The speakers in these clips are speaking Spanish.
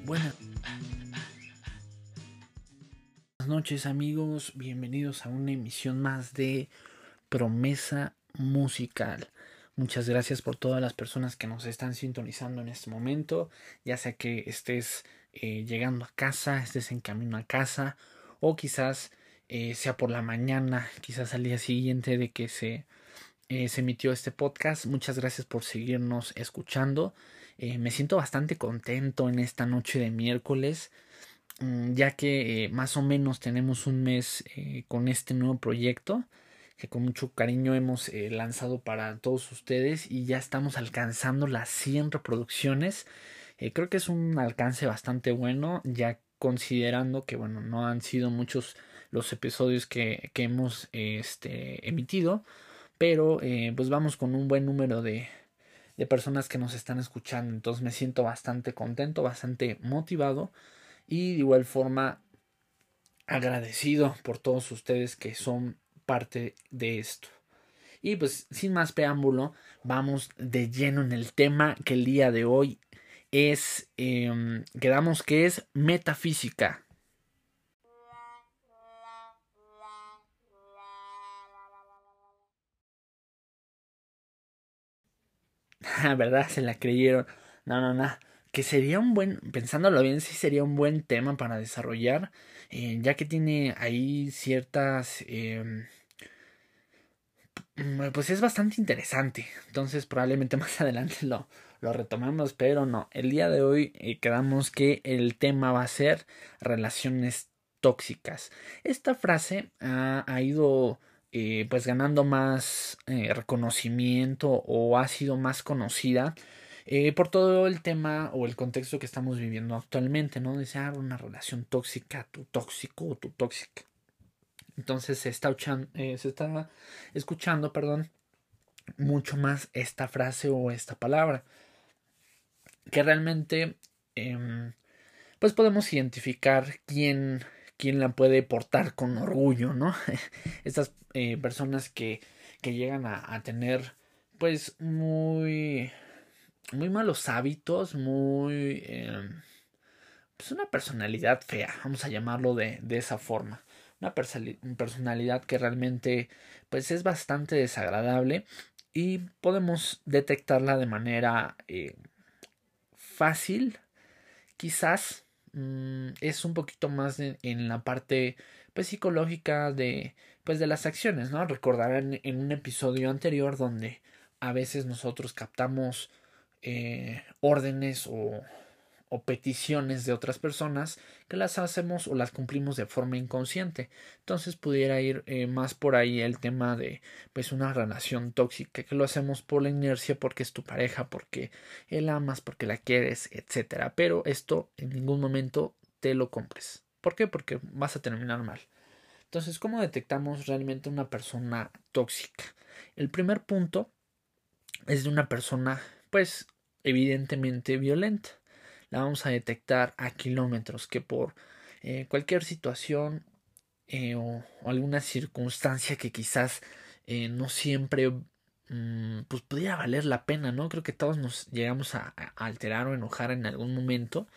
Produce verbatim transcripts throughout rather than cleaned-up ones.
Buenas noches amigos, bienvenidos a una emisión más de Promesa Musical. Muchas gracias por todas las personas que nos están sintonizando en este momento, ya sea que estés eh, llegando a casa, estés en camino a casa o quizás eh, sea por la mañana, quizás al día siguiente de que se, eh, se emitió este podcast. Muchas gracias por seguirnos escuchando. Eh, me siento bastante contento en esta noche de miércoles, ya que eh, más o menos tenemos un mes eh, con este nuevo proyecto que con mucho cariño hemos eh, lanzado para todos ustedes y ya estamos alcanzando las cien reproducciones. Eh, creo que es un alcance bastante bueno, ya considerando que bueno, no han sido muchos los episodios que, que hemos este, emitido, pero eh, pues vamos con un buen número de, de personas que nos están escuchando. Entonces me siento bastante contento, bastante motivado y de igual forma agradecido por todos ustedes que son parte de esto. Y pues sin más preámbulo, vamos de lleno en el tema que el día de hoy es, eh, quedamos que es metafísica. ¿Verdad? Se la creyeron. No, no, no. Que sería un buen, pensándolo bien, sí sería un buen tema para desarrollar, eh, ya que tiene ahí ciertas... Eh, pues es bastante interesante. Entonces probablemente más adelante lo, lo retomemos, pero no. El día de hoy eh, quedamos que el tema va a ser relaciones tóxicas. Esta frase ha, ha ido eh, pues ganando más eh, reconocimiento o ha sido más conocida eh, por todo el tema o el contexto que estamos viviendo actualmente, ¿no? Dice, ah, una relación tóxica, tu tóxico o tu tóxica. Entonces se está, eh, se está escuchando, perdón, mucho más esta frase o esta palabra, que realmente eh, pues podemos identificar quién, quién la puede portar con orgullo, ¿no? Estas eh, personas que, que llegan a, a tener pues muy, muy malos hábitos, muy... Eh, pues una personalidad fea, vamos a llamarlo de, de esa forma. Una personalidad que realmente pues es bastante desagradable y podemos detectarla de manera eh, fácil. Quizás mmm, es un poquito más de, en la parte pues psicológica de pues de las acciones, ¿no? Recordarán en un episodio anterior donde a veces nosotros captamos eh, órdenes o o peticiones de otras personas que las hacemos o las cumplimos de forma inconsciente. Entonces pudiera ir eh, más por ahí el tema de pues una relación tóxica, que lo hacemos por la inercia, porque es tu pareja, porque la amas, porque la quieres, etcétera. Pero esto en ningún momento te lo compres. ¿Por qué? Porque vas a terminar mal. Entonces, ¿cómo detectamos realmente una persona tóxica? El primer punto es de una persona pues evidentemente violenta. La vamos a detectar a kilómetros, que por eh, cualquier situación eh, o, o, alguna circunstancia que quizás eh, no siempre mmm, pues pudiera valer la pena, ¿no? Creo que todos nos llegamos a, a alterar o enojar en algún momento,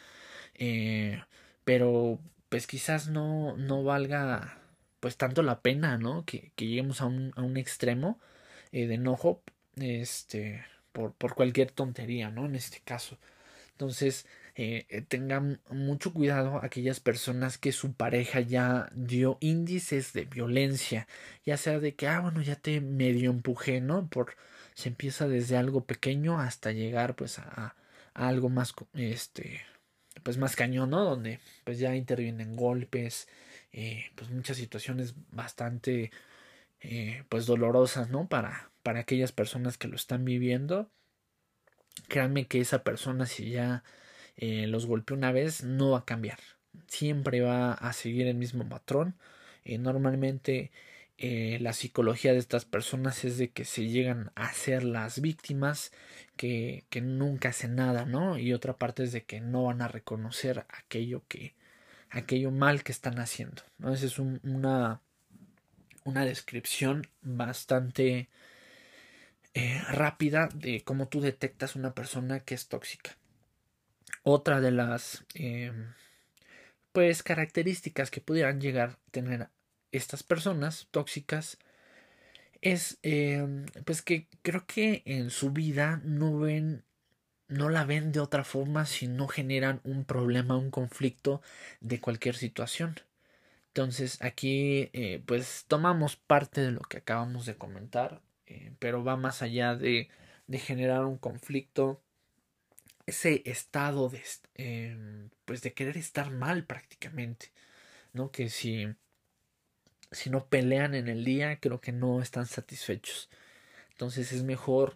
eh, pero pues quizás no, no valga pues tanto la pena, ¿no? Que, que lleguemos a un, a un extremo eh, de enojo, este, por, por cualquier tontería, ¿no? En este caso. Entonces, eh, eh, tengan mucho cuidado aquellas personas que su pareja ya dio índices de violencia, ya sea de que, ah, bueno, ya te medio empujé, ¿no? Por, se empieza desde algo pequeño hasta llegar, pues, a, a algo más, este, pues, más cañón, ¿no? Donde, pues, ya intervienen golpes, eh, pues, muchas situaciones bastante, eh, pues, dolorosas, ¿no? Para, para aquellas personas que lo están viviendo. Créanme que esa persona, si ya eh, los golpeó una vez, no va a cambiar. Siempre va a seguir el mismo patrón. Eh, normalmente eh, la psicología de estas personas es de que se llegan a ser las víctimas, que, que nunca hacen nada, ¿no? Y otra parte es de que no van a reconocer aquello que aquello mal que están haciendo, ¿no? Esa es un, una, una descripción bastante eh, rápida de cómo tú detectas una persona que es tóxica. Otra de las eh, pues características que pudieran llegar a tener estas personas tóxicas es eh, pues que creo que en su vida no ven no la ven de otra forma si no generan un problema, un conflicto de cualquier situación. Entonces aquí eh, pues tomamos parte de lo que acabamos de comentar, eh, pero va más allá de, de generar un conflicto, ese estado de, eh, pues de querer estar mal prácticamente, ¿no? Que si, si no pelean en el día, creo que no están satisfechos. Entonces es mejor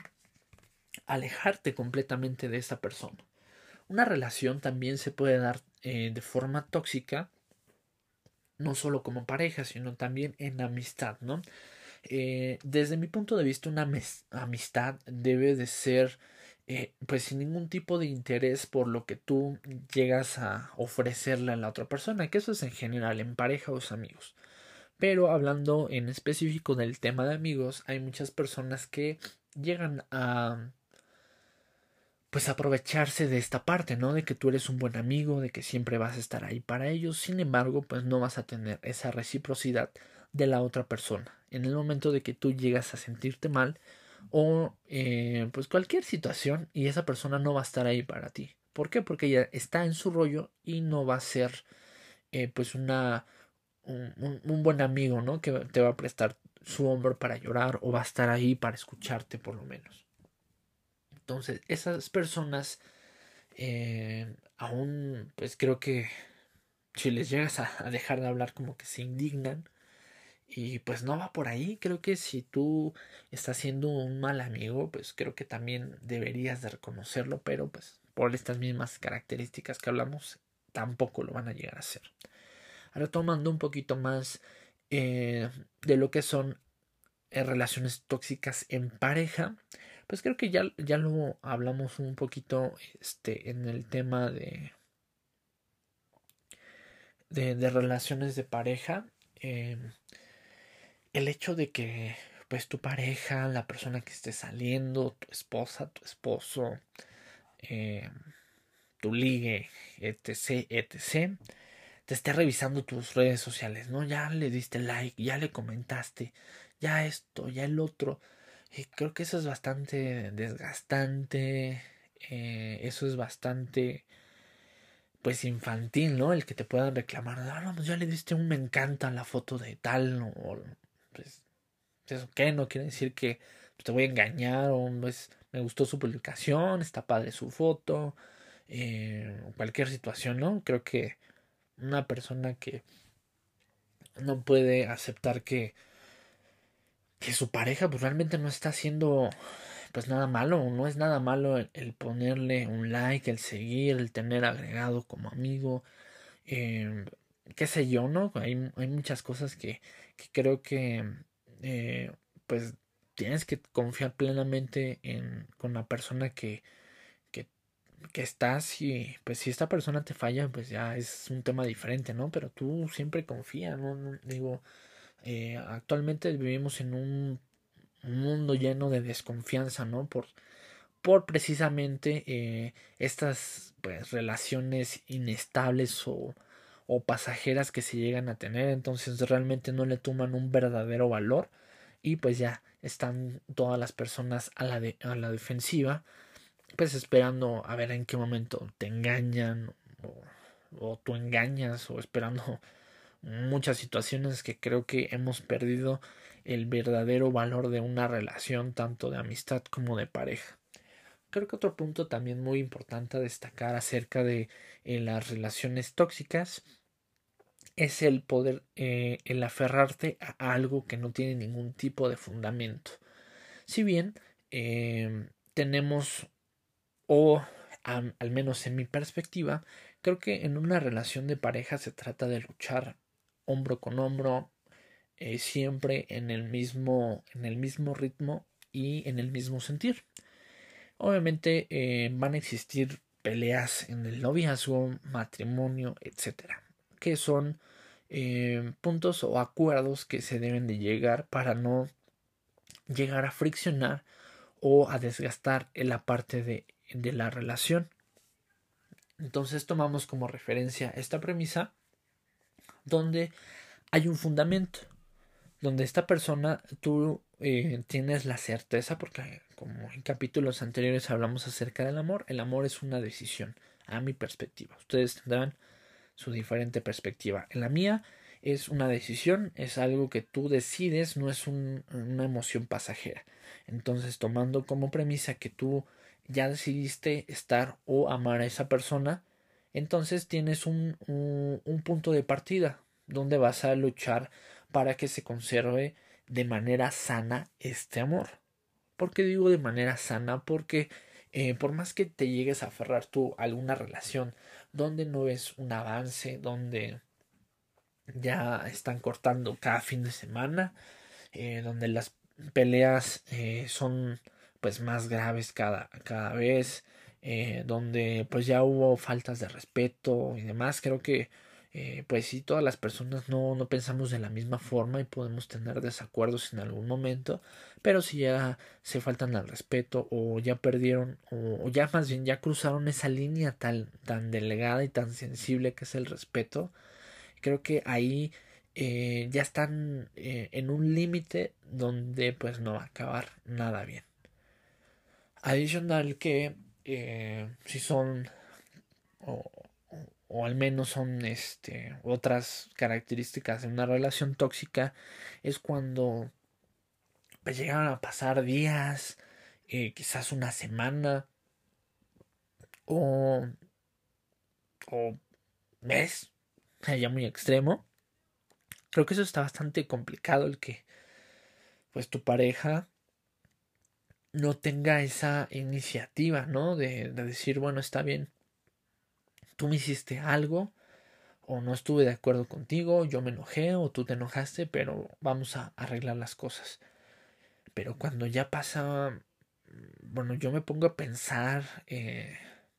alejarte completamente de esa persona. Una relación también se puede dar eh, de forma tóxica, no solo como pareja, sino también en amistad, ¿no? Eh, desde mi punto de vista, una amistad debe de ser eh, pues sin ningún tipo de interés por lo que tú llegas a ofrecerle a la otra persona, que eso es en general, en pareja o amigos. Pero hablando en específico del tema de amigos, hay muchas personas que llegan a pues aprovecharse de esta parte, ¿no? De que tú eres un buen amigo, de que siempre vas a estar ahí para ellos, sin embargo, pues no vas a tener esa reciprocidad de la otra persona. En el momento de que tú llegas a sentirte mal o eh, pues cualquier situación y esa persona no va a estar ahí para ti. ¿Por qué? Porque ella está en su rollo y no va a ser eh, pues una un, un, un buen amigo, ¿no? Que te va a prestar su hombro para llorar o va a estar ahí para escucharte por lo menos. Entonces, esas personas eh, aún, pues creo que si les llegas a, a dejar de hablar, como que se indignan. Y pues no va por ahí. Creo que si tú estás siendo un mal amigo, pues creo que también deberías de reconocerlo, pero pues por estas mismas características que hablamos, tampoco lo van a llegar a hacer. Ahora tomando un poquito más eh, de lo que son eh, relaciones tóxicas en pareja, pues creo que ya, ya lo hablamos un poquito este, en el tema de, de, de relaciones de pareja. Eh, el hecho de que pues tu pareja, la persona que esté saliendo, tu esposa, tu esposo, eh, tu ligue, etc, etc, te esté revisando tus redes sociales, ¿no? Ya le diste like, ya le comentaste, ya esto, ya el otro. Y creo que eso es bastante desgastante, eh, eso es bastante, pues infantil, ¿no? El que te puedan reclamar, ah, no, pues ya le diste un me encanta a la foto de tal, ¿no? O, pues, ¿eso qué? No quiere decir que te voy a engañar o pues me gustó su publicación, está padre su foto, eh, cualquier situación, ¿no? Creo que una persona que no puede aceptar que, que su pareja pues realmente no está haciendo pues nada malo, no es nada malo el, el ponerle un like, el seguir, el tener agregado como amigo, eh, qué sé yo, ¿no? Hay, hay muchas cosas que, que creo que eh, pues tienes que confiar plenamente en con la persona que, que, que estás y pues si esta persona te falla pues ya es un tema diferente, ¿no? Pero tú siempre confía, ¿no? No- digo, eh, actualmente vivimos en un mundo lleno de desconfianza, ¿no? Por, por precisamente eh, estas pues, relaciones inestables o, o pasajeras que se llegan a tener, entonces realmente no le toman un verdadero valor y pues ya están todas las personas a la, de, a la defensiva, pues esperando a ver en qué momento te engañan o, o tú engañas o esperando muchas situaciones que creo que hemos perdido el verdadero valor de una relación tanto de amistad como de pareja. Creo que otro punto también muy importante a destacar acerca de eh, las relaciones tóxicas es el poder, eh, el aferrarte a algo que no tiene ningún tipo de fundamento. Si bien eh, tenemos, o a, al menos en mi perspectiva, creo que en una relación de pareja se trata de luchar hombro con hombro, eh, siempre en el mismo, en el mismo ritmo y en el mismo sentir. Obviamente eh, van a existir peleas en el noviazgo, matrimonio, etcétera, que son eh, puntos o acuerdos que se deben de llegar para no llegar a friccionar o a desgastar en la parte de, de la relación. Entonces tomamos como referencia esta premisa donde hay un fundamento, donde esta persona tú eh, tienes la certeza, porque como en capítulos anteriores hablamos acerca del amor, el amor es una decisión, a mi perspectiva. Ustedes tendrán su diferente perspectiva. En la mía es una decisión, es algo que tú decides, no es un, una emoción pasajera. Entonces, tomando como premisa que tú ya decidiste estar o amar a esa persona, entonces tienes un, un, un punto de partida donde vas a luchar para que se conserve de manera sana este amor. ¿Por qué digo de manera sana? Porque eh, por más que te llegues a aferrar tú a alguna relación donde no ves un avance, donde ya están cortando cada fin de semana, eh, donde las peleas eh, son pues más graves cada, cada vez, eh, donde pues ya hubo faltas de respeto y demás. Creo que eh, pues sí, todas las personas no, no pensamos de la misma forma y podemos tener desacuerdos en algún momento, pero si ya se faltan al respeto o ya perdieron o, o ya más bien ya cruzaron esa línea tan, tan delgada y tan sensible que es el respeto, creo que ahí eh, ya están eh, en un límite donde pues no va a acabar nada bien. Adicional que eh, si son o, o al menos son este otras características de una relación tóxica es cuando pues llegan a pasar días, eh, quizás una semana o, o mes, ya muy extremo. Creo que eso está bastante complicado, el que pues tu pareja no tenga esa iniciativa, ¿no? De, de decir, bueno, está bien, tú me hiciste algo, o no estuve de acuerdo contigo, yo me enojé, o tú te enojaste, pero vamos a arreglar las cosas. Pero cuando ya pasa, bueno, yo me pongo a pensar, eh,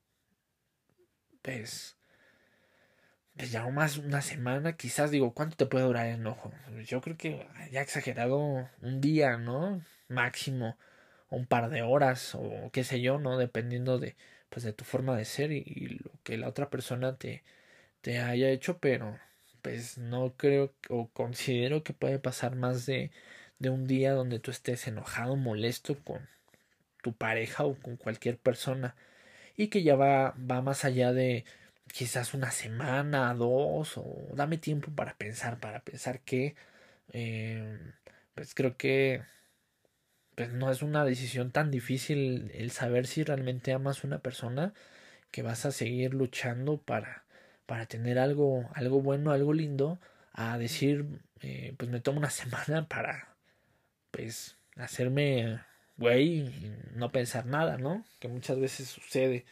pues, pues ya más una semana, quizás digo, ¿cuánto te puede durar el enojo? Yo creo que ya exagerado un día, ¿no? Máximo, o un par de horas, o qué sé yo, ¿no? Dependiendo de, pues, de tu forma de ser y, y lo que la otra persona te, te haya hecho, pero pues no creo o considero que puede pasar más de, de un día donde tú estés enojado, molesto con tu pareja o con cualquier persona y que ya va, va más allá de quizás una semana, dos, o dame tiempo para pensar, para pensar que eh, pues creo que pues no es una decisión tan difícil el saber si realmente amas a una persona, que vas a seguir luchando para, para tener algo, algo bueno, algo lindo, a decir, eh, pues me tomo una semana para, pues, hacerme güey y no pensar nada, ¿no? Que muchas veces sucede.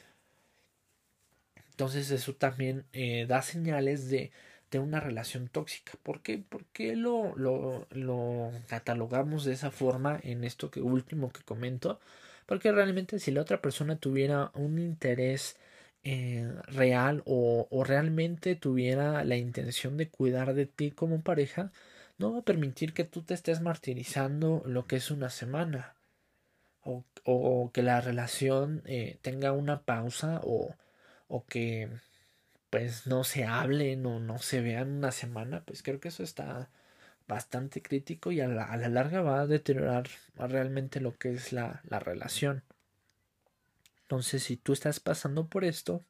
Entonces eso también eh, da señales de, de una relación tóxica. ¿Por qué, ¿Por qué lo, lo, lo catalogamos de esa forma en esto que último que comento? Porque realmente si la otra persona tuviera un interés eh, real o, o realmente tuviera la intención de cuidar de ti como pareja, no va a permitir que tú te estés martirizando lo que es una semana. O, o que la relación eh, tenga una pausa o, o que pues no se hablen o no se vean una semana, pues creo que eso está bastante crítico y a la, a la larga va a deteriorar realmente lo que es la, la relación. Entonces, si tú estás pasando por esto,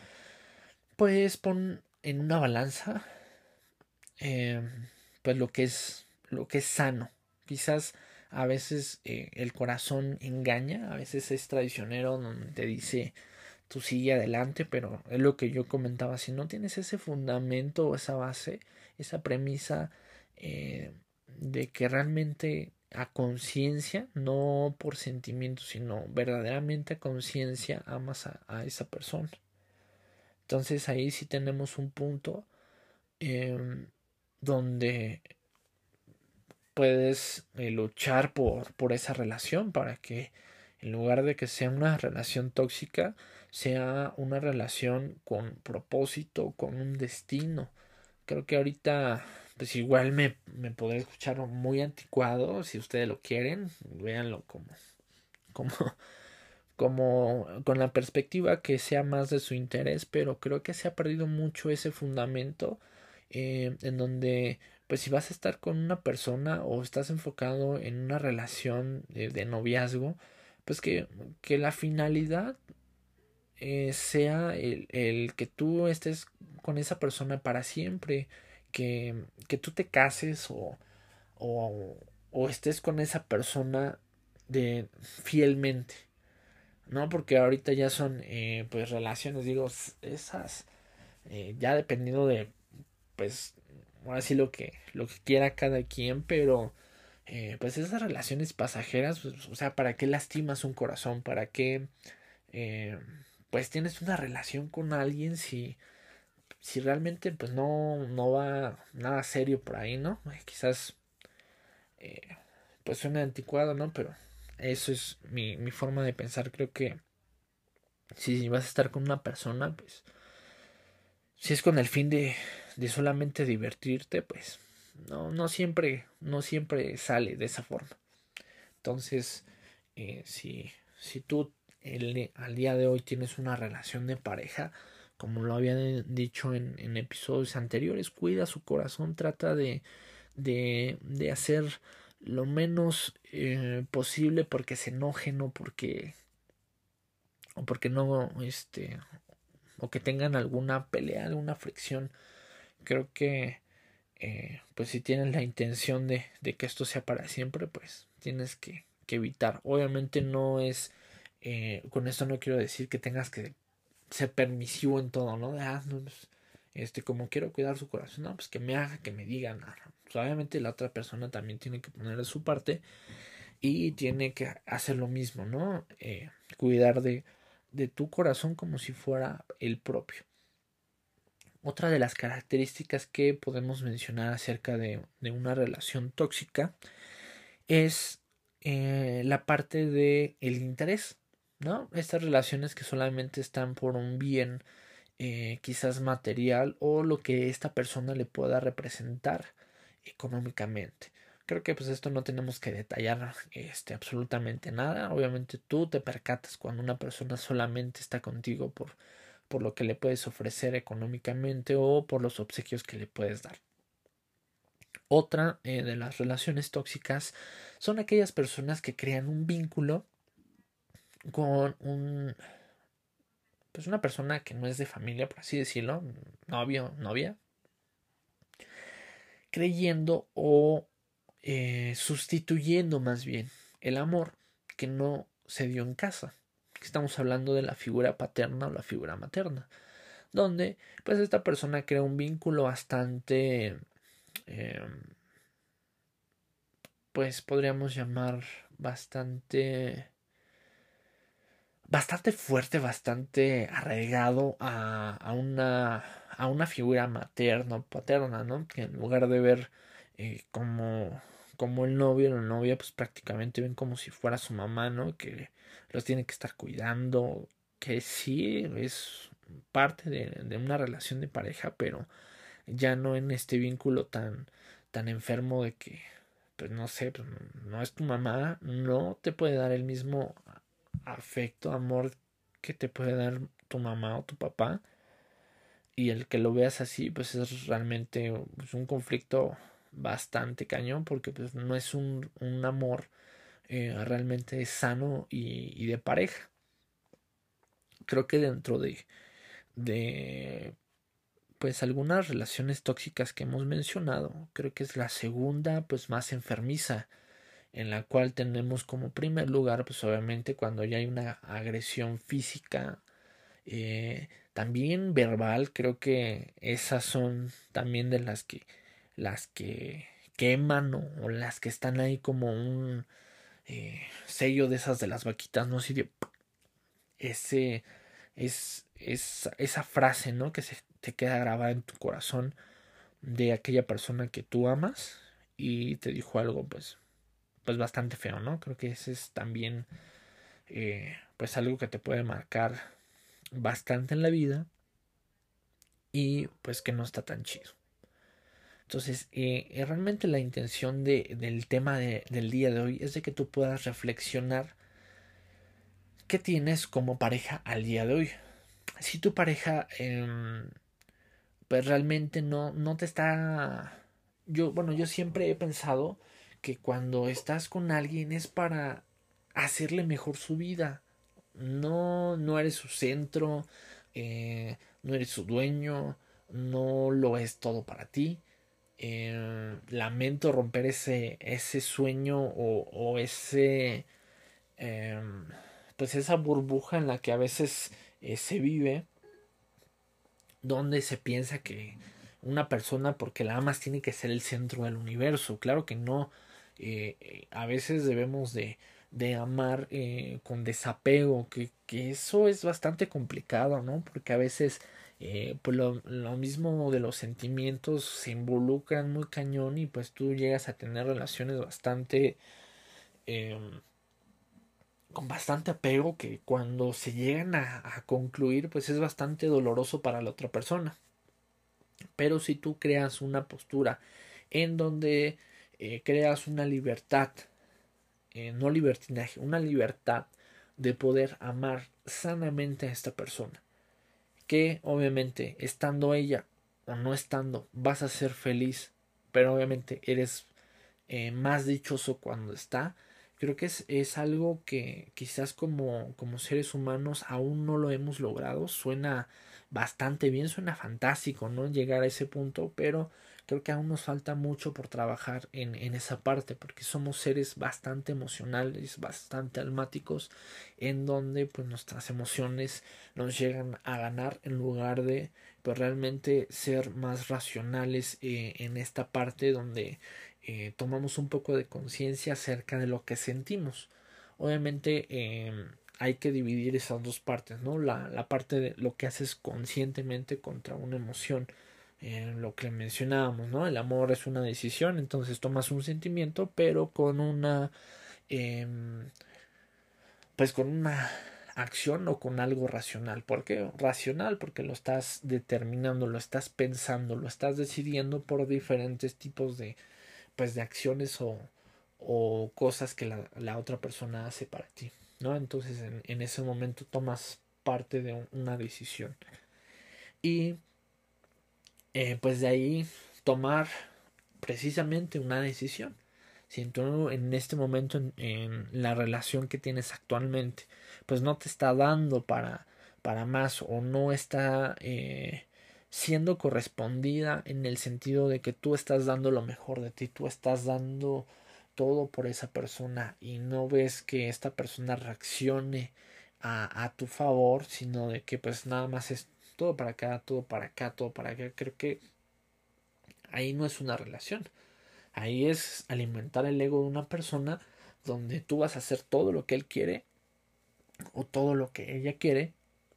pues pon en una balanza eh, pues lo que es lo que es sano. Quizás a veces eh, el corazón engaña, a veces es traicionero donde te dice tú sigue adelante, pero es lo que yo comentaba, si no tienes ese fundamento o esa base, esa premisa eh, de que realmente a conciencia, no por sentimiento, sino verdaderamente a conciencia amas a, a, esa persona. Entonces ahí sí tenemos un punto eh, donde puedes eh, luchar por, por esa relación para que en lugar de que sea una relación tóxica, sea una relación con propósito, con un destino. Creo que ahorita, pues igual me, me podré escuchar muy anticuado, si ustedes lo quieren, véanlo como, como, como con la perspectiva que sea más de su interés, pero creo que se ha perdido mucho ese fundamento eh, en donde pues si vas a estar con una persona o estás enfocado en una relación de, de noviazgo, pues que, que la finalidad eh, sea el, el que tú estés con esa persona para siempre, que, que tú te cases o, o, o estés con esa persona de fielmente, ¿no? Porque ahorita ya son eh, pues relaciones, digo, esas eh, ya dependiendo de pues ahora sí lo que lo que quiera cada quien, pero eh, pues esas relaciones pasajeras, pues, o sea, ¿para qué lastimas un corazón? ¿Para qué eh, pues tienes una relación con alguien si si realmente pues no no va nada serio por ahí, ¿no? Eh, quizás eh, pues suena anticuado, ¿no? Pero eso es mi, mi forma de pensar. Creo que si vas a estar con una persona, pues si es con el fin de, de solamente divertirte, pues no, no siempre, no siempre sale de esa forma. Entonces, eh, si, si tú el, al día de hoy tienes una relación de pareja, como lo había dicho en, en episodios anteriores, cuida su corazón, trata de, de, de hacer lo menos eh, posible porque se enojen o porque o porque no este o que tengan alguna pelea, alguna fricción. Creo que eh, pues si tienes la intención de, de que esto sea para siempre, pues tienes que, que evitar. Obviamente no es eh, con esto no quiero decir que tengas que ser permisivo en todo, ¿no? Ah, no pues, este, como quiero cuidar su corazón, no, pues que me haga, que me diga nada. Pues obviamente la otra persona también tiene que poner de su parte y tiene que hacer lo mismo, ¿no? Eh, cuidar de, de tu corazón como si fuera el propio. Otra de las características que podemos mencionar acerca de, de una relación tóxica es eh, la parte de el interés, ¿no? Estas relaciones que solamente están por un bien eh, quizás material o lo que esta persona le pueda representar económicamente. Creo que pues esto no tenemos que detallar este absolutamente nada. Obviamente tú te percatas cuando una persona solamente está contigo por, por lo que le puedes ofrecer económicamente o por los obsequios que le puedes dar. Otra eh, de las relaciones tóxicas son aquellas personas que crean un vínculo con un pues una persona que no es de familia, por así decirlo, novio, novia, creyendo o eh, sustituyendo más bien el amor que no se dio en casa. Estamos hablando de la figura paterna o la figura materna, donde pues esta persona crea un vínculo bastante, eh, pues podríamos llamar bastante, bastante fuerte, bastante arraigado a, a una, a una figura materna o paterna, ¿no? Que en lugar de ver eh, como, como el novio o la novia, pues prácticamente ven como si fuera su mamá, ¿no? Que los tiene que estar cuidando, que sí es parte de, de una relación de pareja, pero ya no en este vínculo tan, tan enfermo de que, pues no sé, pues no es tu mamá, no te puede dar el mismo afecto, amor que te puede dar tu mamá o tu papá. Y el que lo veas así, pues es realmente pues, un conflicto bastante cañón, porque pues no es un, un amor eh, realmente sano y, y de pareja. Creo que dentro de, de pues algunas relaciones tóxicas que hemos mencionado, creo que es la segunda pues más enfermiza, en la cual tenemos como primer lugar pues obviamente cuando ya hay una agresión física, eh, también verbal. Creo que esas son también de las que las que queman o, o las que están ahí como un eh, sello de esas de las vaquitas, no sé, de ese es, es esa frase, ¿no? Que se te queda grabada en tu corazón de aquella persona que tú amas y te dijo algo pues pues bastante feo, ¿no? Creo que ese es también eh, pues algo que te puede marcar bastante en la vida y pues que no está tan chido. Entonces, eh, eh, realmente la intención de, del tema de, del día de hoy es de que tú puedas reflexionar ¿qué tienes como pareja al día de hoy? Si tu pareja eh, pues realmente no, no te está... Yo, bueno, yo siempre he pensado que cuando estás con alguien es para hacerle mejor su vida. No, no eres su centro, eh, no eres su dueño, no lo es todo para ti. Eh, lamento romper ese, ese sueño o, o ese, eh, pues esa burbuja en la que a veces eh, se vive, donde se piensa que una persona porque la amas tiene que ser el centro del universo. Claro que no. Eh, eh, a veces debemos de, de amar eh, con desapego, que, que eso es bastante complicado, ¿no? Porque a veces eh, pues lo, lo mismo de los sentimientos se involucran muy cañón y pues tú llegas a tener relaciones bastante eh, con bastante apego que cuando se llegan a, a concluir pues es bastante doloroso para la otra persona. Pero si tú creas una postura en donde eh, creas una libertad, eh, no libertinaje, una libertad de poder amar sanamente a esta persona, que obviamente estando ella o no estando vas a ser feliz, pero obviamente eres eh, más dichoso cuando está. Creo que es, es algo que quizás como, como seres humanos aún no lo hemos logrado. Suena bastante bien, suena fantástico, ¿no? Llegar a ese punto, pero creo que aún nos falta mucho por trabajar en, en esa parte, porque somos seres bastante emocionales, bastante almáticos, en donde pues nuestras emociones nos llegan a ganar en lugar de pues realmente ser más racionales eh, en esta parte donde eh, tomamos un poco de conciencia acerca de lo que sentimos. Obviamente eh, hay que dividir esas dos partes, ¿no? La, la parte de lo que haces conscientemente contra una emoción. Eh, lo que mencionábamos, ¿no? El amor es una decisión, entonces tomas un sentimiento, pero con una, eh, pues con una acción o con algo racional. ¿Por qué? Racional, porque lo estás determinando, lo estás pensando, lo estás decidiendo por diferentes tipos de pues de acciones o, o cosas que la, la, otra persona hace para ti, ¿no? Entonces en, en ese momento tomas parte de un, una decisión y eh, pues de ahí tomar precisamente una decisión. Si tú en este momento en, en, la relación que tienes actualmente pues no te está dando para, para más o no está eh, siendo correspondida en el sentido de que tú estás dando lo mejor de ti, tú estás dando todo por esa persona y no ves que esta persona reaccione a, a tu favor, sino de que pues nada más es todo para acá, todo para acá, todo para acá. Creo que ahí no es una relación. Ahí es alimentar el ego de una persona donde tú vas a hacer todo lo que él quiere o todo lo que ella quiere,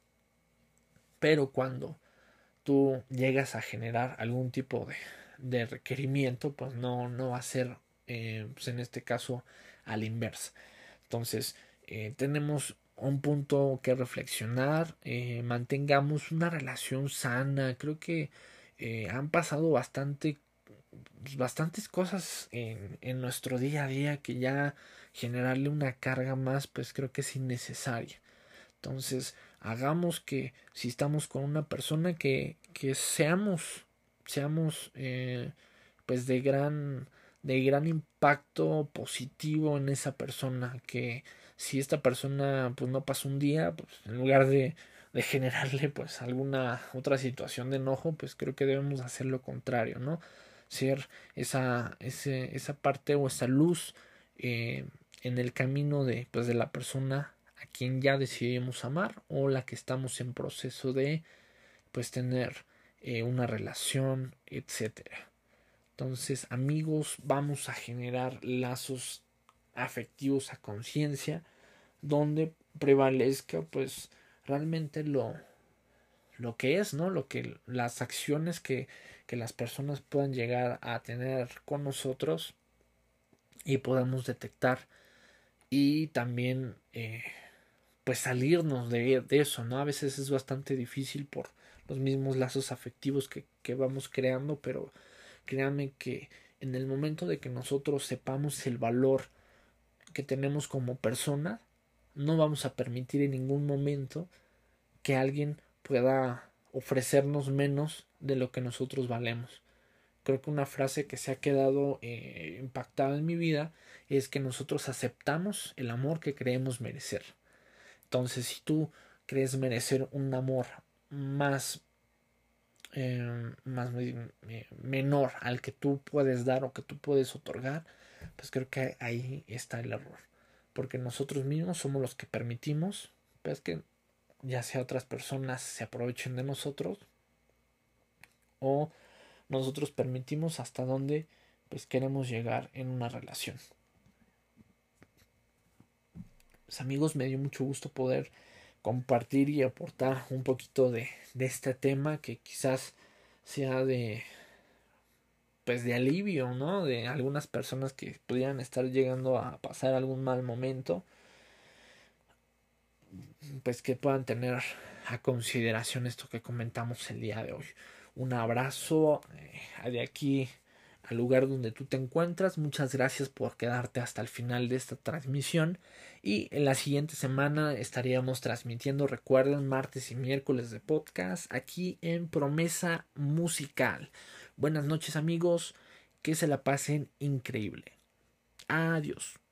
pero cuando tú llegas a generar algún tipo de, de requerimiento, pues no, no va a ser, eh, pues en este caso, a la inversa. Entonces, eh, tenemos un punto que reflexionar, eh, mantengamos una relación sana. Creo que eh, han pasado bastante pues, bastantes cosas en, en nuestro día a día que ya generarle una carga más pues creo que es innecesaria. Entonces hagamos que si estamos con una persona que, que seamos seamos eh, pues de gran de gran impacto positivo en esa persona, que si esta persona pues no pasa un día pues en lugar de de generarle pues alguna otra situación de enojo, pues creo que debemos hacer lo contrario, ¿no? Ser esa, ese, esa parte o esa luz eh, en el camino de, pues, de la persona a quien ya decidimos amar o la que estamos en proceso de pues tener eh, una relación, etcétera. Entonces, amigos, vamos a generar lazos afectivos a conciencia donde prevalezca pues realmente lo, lo que es, ¿no? Lo que las acciones que, que las personas puedan llegar a tener con nosotros y podamos detectar y también eh, pues salirnos de, de eso, ¿no? A veces es bastante difícil por los mismos lazos afectivos que, que vamos creando, pero créanme que en el momento de que nosotros sepamos el valor que tenemos como persona, no vamos a permitir en ningún momento que alguien pueda ofrecernos menos de lo que nosotros valemos. Creo que una frase que se ha quedado eh, impactada en mi vida es que nosotros aceptamos el amor que creemos merecer. Entonces, si tú crees merecer un amor más, eh, más eh, menor al que tú puedes dar o que tú puedes otorgar, pues creo que ahí está el error. Porque nosotros mismos somos los que permitimos, pues que ya sea otras personas se aprovechen de nosotros o nosotros permitimos hasta dónde pues queremos llegar en una relación. Pues amigos, me dio mucho gusto poder compartir y aportar un poquito de, de este tema que quizás sea de pues de alivio, ¿no? De algunas personas que pudieran estar llegando a pasar algún mal momento, pues que puedan tener a consideración esto que comentamos el día de hoy. Un abrazo eh, de aquí al lugar donde tú te encuentras. Muchas gracias por quedarte hasta el final de esta transmisión. Y en la siguiente semana estaríamos transmitiendo, recuerden, martes y miércoles de podcast aquí en Promesa Musical. Buenas noches amigos, que se la pasen increíble. Adiós.